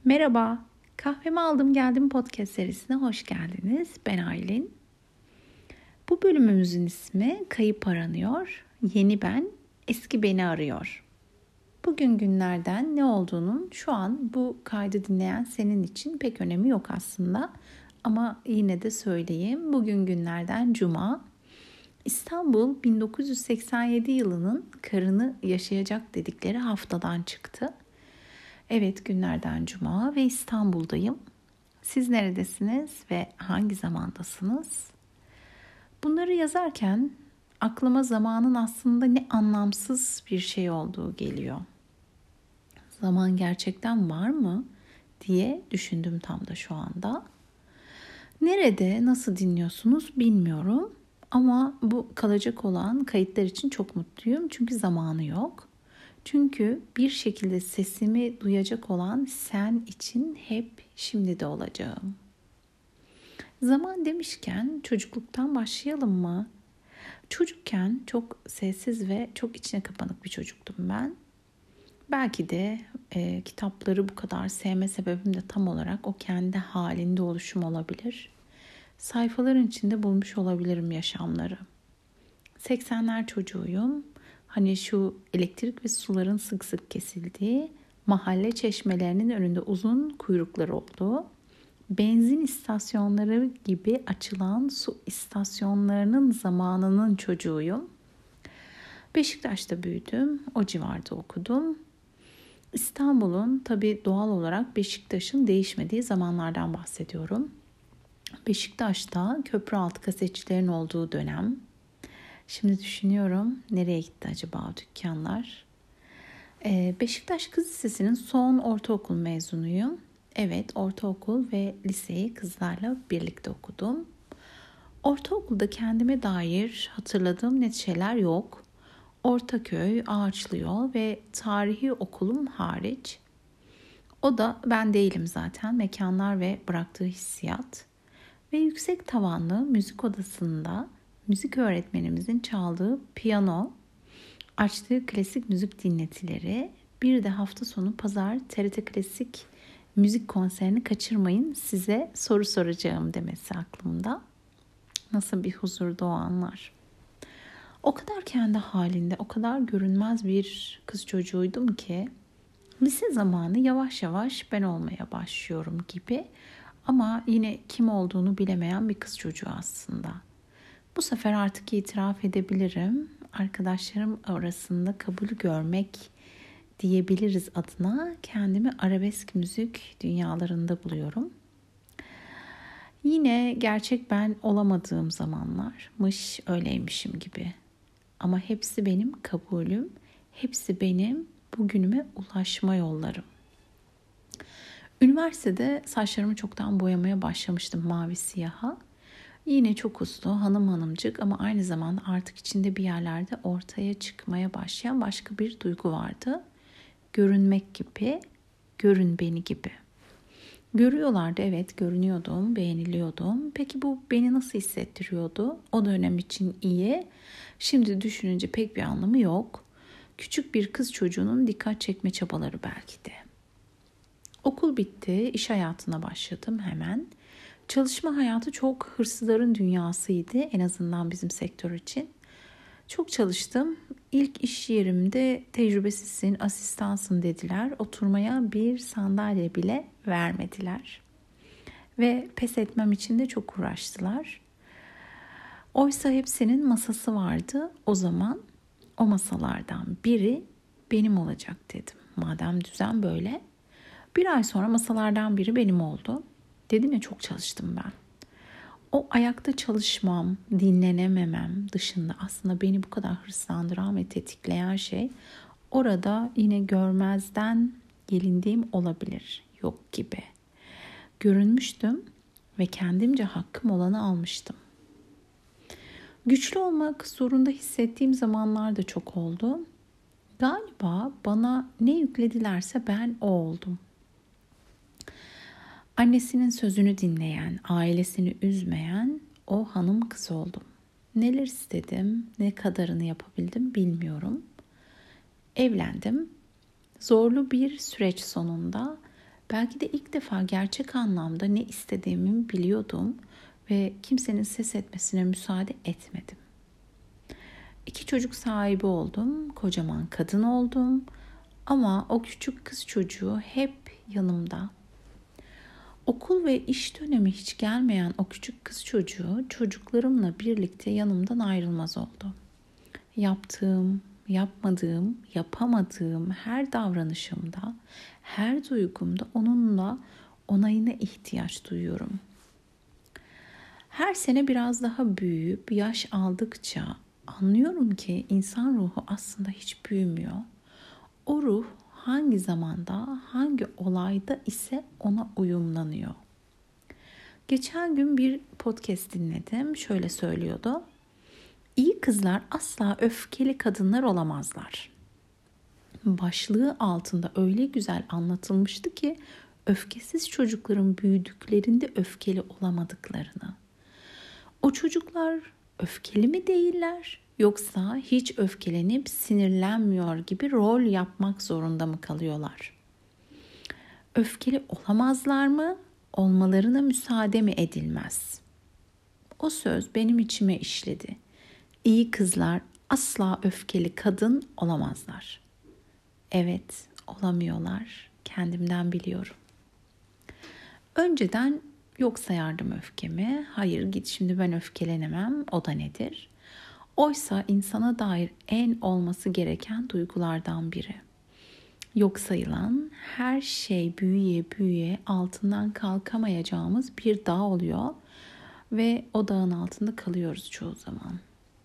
Merhaba, kahvemi aldım geldim podcast serisine hoş geldiniz. Ben Aylin. Bu bölümümüzün ismi Kayıp Aranıyor, Yeni Ben, Eski Beni Arıyor. Bugün günlerden ne olduğunun şu an bu kaydı dinleyen senin için pek önemi yok aslında. Ama yine de söyleyeyim, bugün günlerden Cuma. İstanbul 1987 yılının karını yaşayacak dedikleri haftadan çıktı. Evet, günlerden Cuma ve İstanbul'dayım. Siz neredesiniz ve hangi zamandasınız? Bunları yazarken aklıma zamanın aslında ne anlamsız bir şey olduğu geliyor. Zaman gerçekten var mı diye düşündüm tam da şu anda. Nerede, nasıl dinliyorsunuz bilmiyorum. Ama bu kalacak olan kayıtlar için çok mutluyum. Çünkü zamanı yok. Çünkü bir şekilde sesimi duyacak olan sen için hep şimdi de olacağım. Zaman demişken çocukluktan başlayalım mı? Çocukken çok sessiz ve çok içine kapanık bir çocuktum ben. Belki de kitapları bu kadar sevme sebebim de tam olarak o kendi halinde oluşum olabilir. Sayfaların içinde bulmuş olabilirim yaşamları. 80'ler çocuğuyum. Hani şu elektrik ve suların sık sık kesildiği, mahalle çeşmelerinin önünde uzun kuyruklar olduğu, benzin istasyonları gibi açılan su istasyonlarının zamanının çocuğuyum. Beşiktaş'ta büyüdüm, o civarda okudum. İstanbul'un tabii doğal olarak Beşiktaş'ın değişmediği zamanlardan bahsediyorum. Beşiktaş'ta köprü altı kasetçilerin olduğu dönem. Şimdi düşünüyorum nereye gitti acaba o dükkanlar? Beşiktaş Kız Lisesi'nin son ortaokul mezunuyum. Evet, ortaokul ve liseyi kızlarla birlikte okudum. Ortaokulda kendime dair hatırladığım net şeyler yok. Ortaköy, Ağaçlıyol ve tarihi okulum hariç. O da ben değilim zaten. Mekanlar ve bıraktığı hissiyat. Ve yüksek tavanlı müzik odasında müzik öğretmenimizin çaldığı piyano, açtığı klasik müzik dinletileri, bir de hafta sonu pazar TRT Klasik müzik konserini kaçırmayın, size soru soracağım demesi aklımda. Nasıl bir huzurdu o anlar. O kadar kendi halinde, o kadar görünmez bir kız çocuğuydum ki lise zamanı yavaş yavaş ben olmaya başlıyorum gibi, ama yine kim olduğunu bilemeyen bir kız çocuğu aslında. Bu sefer artık itiraf edebilirim. Arkadaşlarım arasında kabul görmek diyebiliriz adına kendimi arabesk müzik dünyalarında buluyorum. Yine gerçek ben olamadığım zamanlarmış, öyleymişim gibi. Ama hepsi benim kabulüm, hepsi benim bugünüme ulaşma yollarım. Üniversitede saçlarımı çoktan boyamaya başlamıştım mavi siyaha. Yine çok uslu, hanım hanımcık ama aynı zamanda artık içinde bir yerlerde ortaya çıkmaya başlayan başka bir duygu vardı. Görünmek gibi, görün beni gibi. Görüyorlardı, evet, görünüyordum, beğeniliyordum. Peki bu beni nasıl hissettiriyordu? O dönem için iyi. Şimdi düşününce pek bir anlamı yok. Küçük bir kız çocuğunun dikkat çekme çabaları belki de. Okul bitti, iş hayatına başladım hemen. Çalışma hayatı çok hırsızların dünyasıydı, en azından bizim sektör için. Çok çalıştım. İlk iş yerimde tecrübesizsin, asistansın dediler. Oturmaya bir sandalye bile vermediler. Ve pes etmem için de çok uğraştılar. Oysa hepsinin masası vardı o zaman. O masalardan biri benim olacak dedim. Madem düzen böyle. Bir ay sonra masalardan biri benim oldu. Dedim ya, çok çalıştım ben. O ayakta çalışmam, dinlenememem dışında aslında beni bu kadar hırslandıran ve tetikleyen şey orada yine görmezden gelindiğim olabilir. Yok gibi. Görünmüştüm ve kendimce hakkım olanı almıştım. Güçlü olmak zorunda hissettiğim zamanlar da çok oldu. Galiba bana ne yükledilerse ben o oldum. Annesinin sözünü dinleyen, ailesini üzmeyen o hanım kız oldum. Neler istedim, ne kadarını yapabildim bilmiyorum. Evlendim. Zorlu bir süreç sonunda Belki de ilk defa gerçek anlamda ne istediğimi biliyordum ve kimsenin ses etmesine müsaade etmedim. 2 çocuk sahibi oldum, kocaman kadın oldum ama o küçük kız çocuğu hep yanımda. Okul ve iş dönemi hiç gelmeyen o küçük kız çocuğu çocuklarımla birlikte yanımdan ayrılmaz oldu. Yaptığım, yapmadığım, yapamadığım her davranışımda, her duygumda onunla onayına ihtiyaç duyuyorum. Her sene biraz daha büyüyüp yaş aldıkça anlıyorum ki insan ruhu aslında hiç büyümüyor. O ruh hangi zamanda, hangi olayda ise ona uyumlanıyor. Geçen gün bir podcast dinledim. Şöyle söylüyordu. İyi kızlar asla öfkeli kadınlar olamazlar. Başlığı altında öyle güzel anlatılmıştı ki öfkesiz çocukların büyüdüklerinde öfkeli olamadıklarını. O çocuklar öfkeli mi değiller yoksa hiç öfkelenip sinirlenmiyor gibi rol yapmak zorunda mı kalıyorlar? Öfkeli olamazlar mı? Olmalarına müsaade mi edilmez? O söz benim içime işledi. İyi kızlar asla öfkeli kadın olamazlar. Evet, olamıyorlar. Kendimden biliyorum. Önceden yok sayardım öfkemi. Hayır git şimdi ben öfkelenemem. O da nedir? Oysa insana dair en olması gereken duygulardan biri. Yok sayılan her şey büyüye büyüye altından kalkamayacağımız bir dağ oluyor ve o dağın altında kalıyoruz çoğu zaman.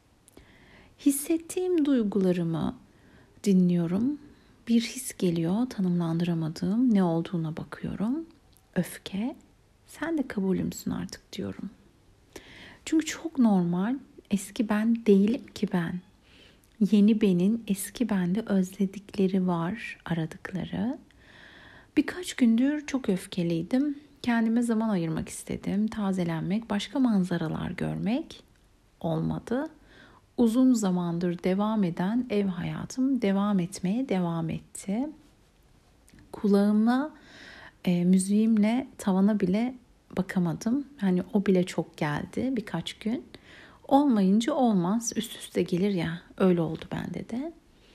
Hissettiğim duygularımı dinliyorum. Bir his geliyor, tanımlandıramadığım ne olduğuna bakıyorum. Öfke, sen de kabulümsün artık diyorum. Çünkü çok normal, eski ben değilim ki ben. Yeni benin eski bende özledikleri var, aradıkları. Birkaç gündür çok öfkeliydim. Kendime zaman ayırmak istedim. Tazelenmek, başka manzaralar görmek olmadı. Uzun zamandır devam eden ev hayatım devam etmeye devam etti. Kulağıma, müziğimle tavana bile bakamadım. Hani o bile çok geldi birkaç gün. Olmayınca olmaz, üst üste gelir ya, öyle oldu bende de.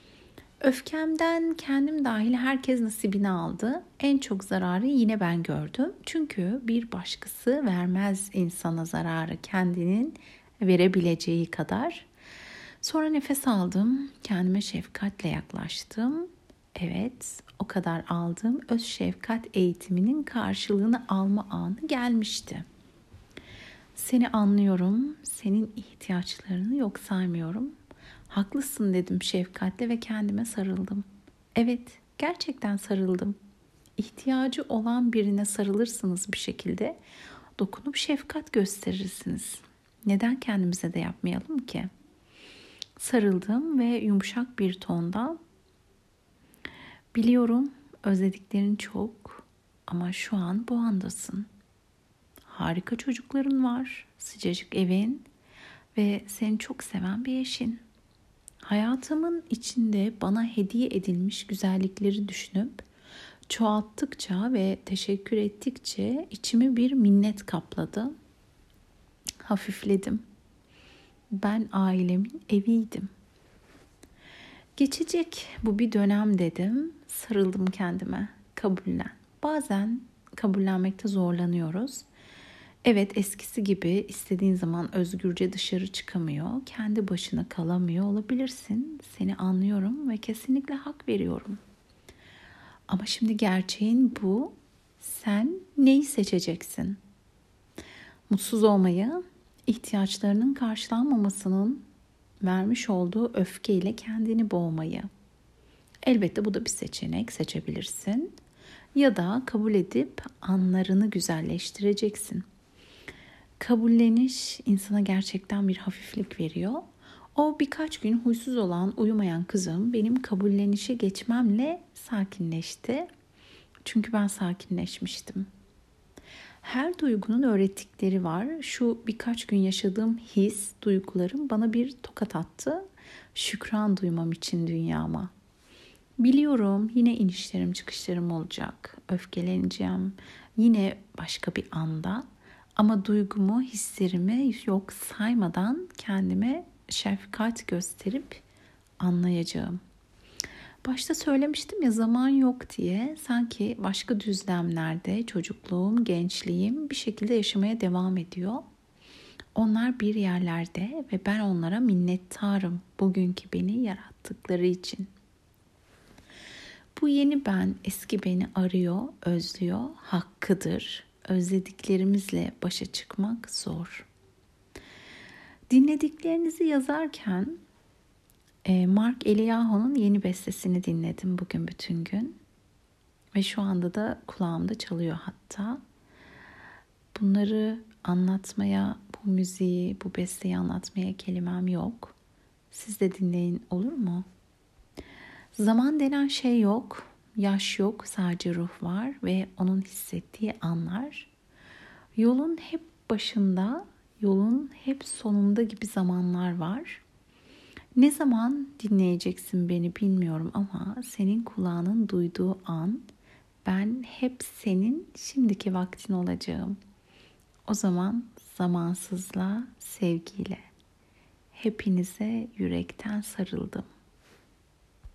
Öfkemden kendim dahil herkes nasibini aldı. En çok zararı yine ben gördüm. Çünkü bir başkası vermez insana zararı kendinin verebileceği kadar. Sonra nefes aldım, kendime şefkatle yaklaştım. Evet, o kadar aldığım öz şefkat eğitiminin karşılığını alma anı gelmişti. Seni anlıyorum, senin ihtiyaçlarını yok saymıyorum. Haklısın dedim şefkatle ve kendime sarıldım. Evet, gerçekten sarıldım. İhtiyacı olan birine sarılırsınız bir şekilde. Dokunup şefkat gösterirsiniz. Neden kendimize de yapmayalım ki? Sarıldım ve yumuşak bir tonda biliyorum özlediklerin çok ama şu an bu andasın. Harika çocukların var, sıcacık evin ve seni çok seven bir eşin. Hayatımın içinde bana hediye edilmiş güzellikleri düşünüp çoğalttıkça ve teşekkür ettikçe içimi bir minnet kapladı. Hafifledim. Ben ailemin eviydim. Geçecek bu bir dönem dedim. Sarıldım kendime. Kabullen. Bazen kabullenmekte zorlanıyoruz. Evet eskisi gibi istediğin zaman özgürce dışarı çıkamıyor. Kendi başına kalamıyor olabilirsin. Seni anlıyorum ve kesinlikle hak veriyorum. Ama şimdi gerçeğin bu. Sen neyi seçeceksin? Mutsuz olmayı, ihtiyaçlarının karşılanmamasının vermiş olduğu öfkeyle kendini boğmayı. Elbette bu da bir seçenek, seçebilirsin. Ya da kabul edip anlarını güzelleştireceksin. Kabulleniş insana gerçekten bir hafiflik veriyor. O birkaç gün huysuz olan, uyumayan kızım benim kabullenişe geçmemle sakinleşti. Çünkü ben sakinleşmiştim. Her duygunun öğrettikleri var. Şu birkaç gün yaşadığım his, duygularım bana bir tokat attı. Şükran duymam için dünyama. Biliyorum yine inişlerim çıkışlarım olacak. Öfkeleneceğim yine başka bir anda. Ama duygumu, hislerimi yok saymadan kendime şefkat gösterip anlayacağım. Başta söylemiştim ya zaman yok diye. Sanki başka düzlemlerde çocukluğum, gençliğim bir şekilde yaşamaya devam ediyor. Onlar bir yerlerde ve ben onlara minnettarım bugünkü beni yarattıkları için. Bu yeni ben eski beni arıyor, özlüyor, hakkıdır. Özlediklerimizle başa çıkmak zor. Dinlediklerinizi yazarken Mark Eliyahu'nun yeni bestesini dinledim bugün bütün gün. Ve şu anda da kulağımda çalıyor hatta. Bunları anlatmaya, bu müziği, bu besteyi anlatmaya kelimem yok. Siz de dinleyin, olur mu? Zaman denen şey yok, yaş yok, sadece ruh var ve onun hissettiği anlar. Yolun hep başında, yolun hep sonunda gibi zamanlar var. Ne zaman dinleyeceksin beni bilmiyorum ama senin kulağının duyduğu an ben hep senin şimdiki vaktin olacağım. O zaman zamansızla, sevgiyle hepinize yürekten sarıldım.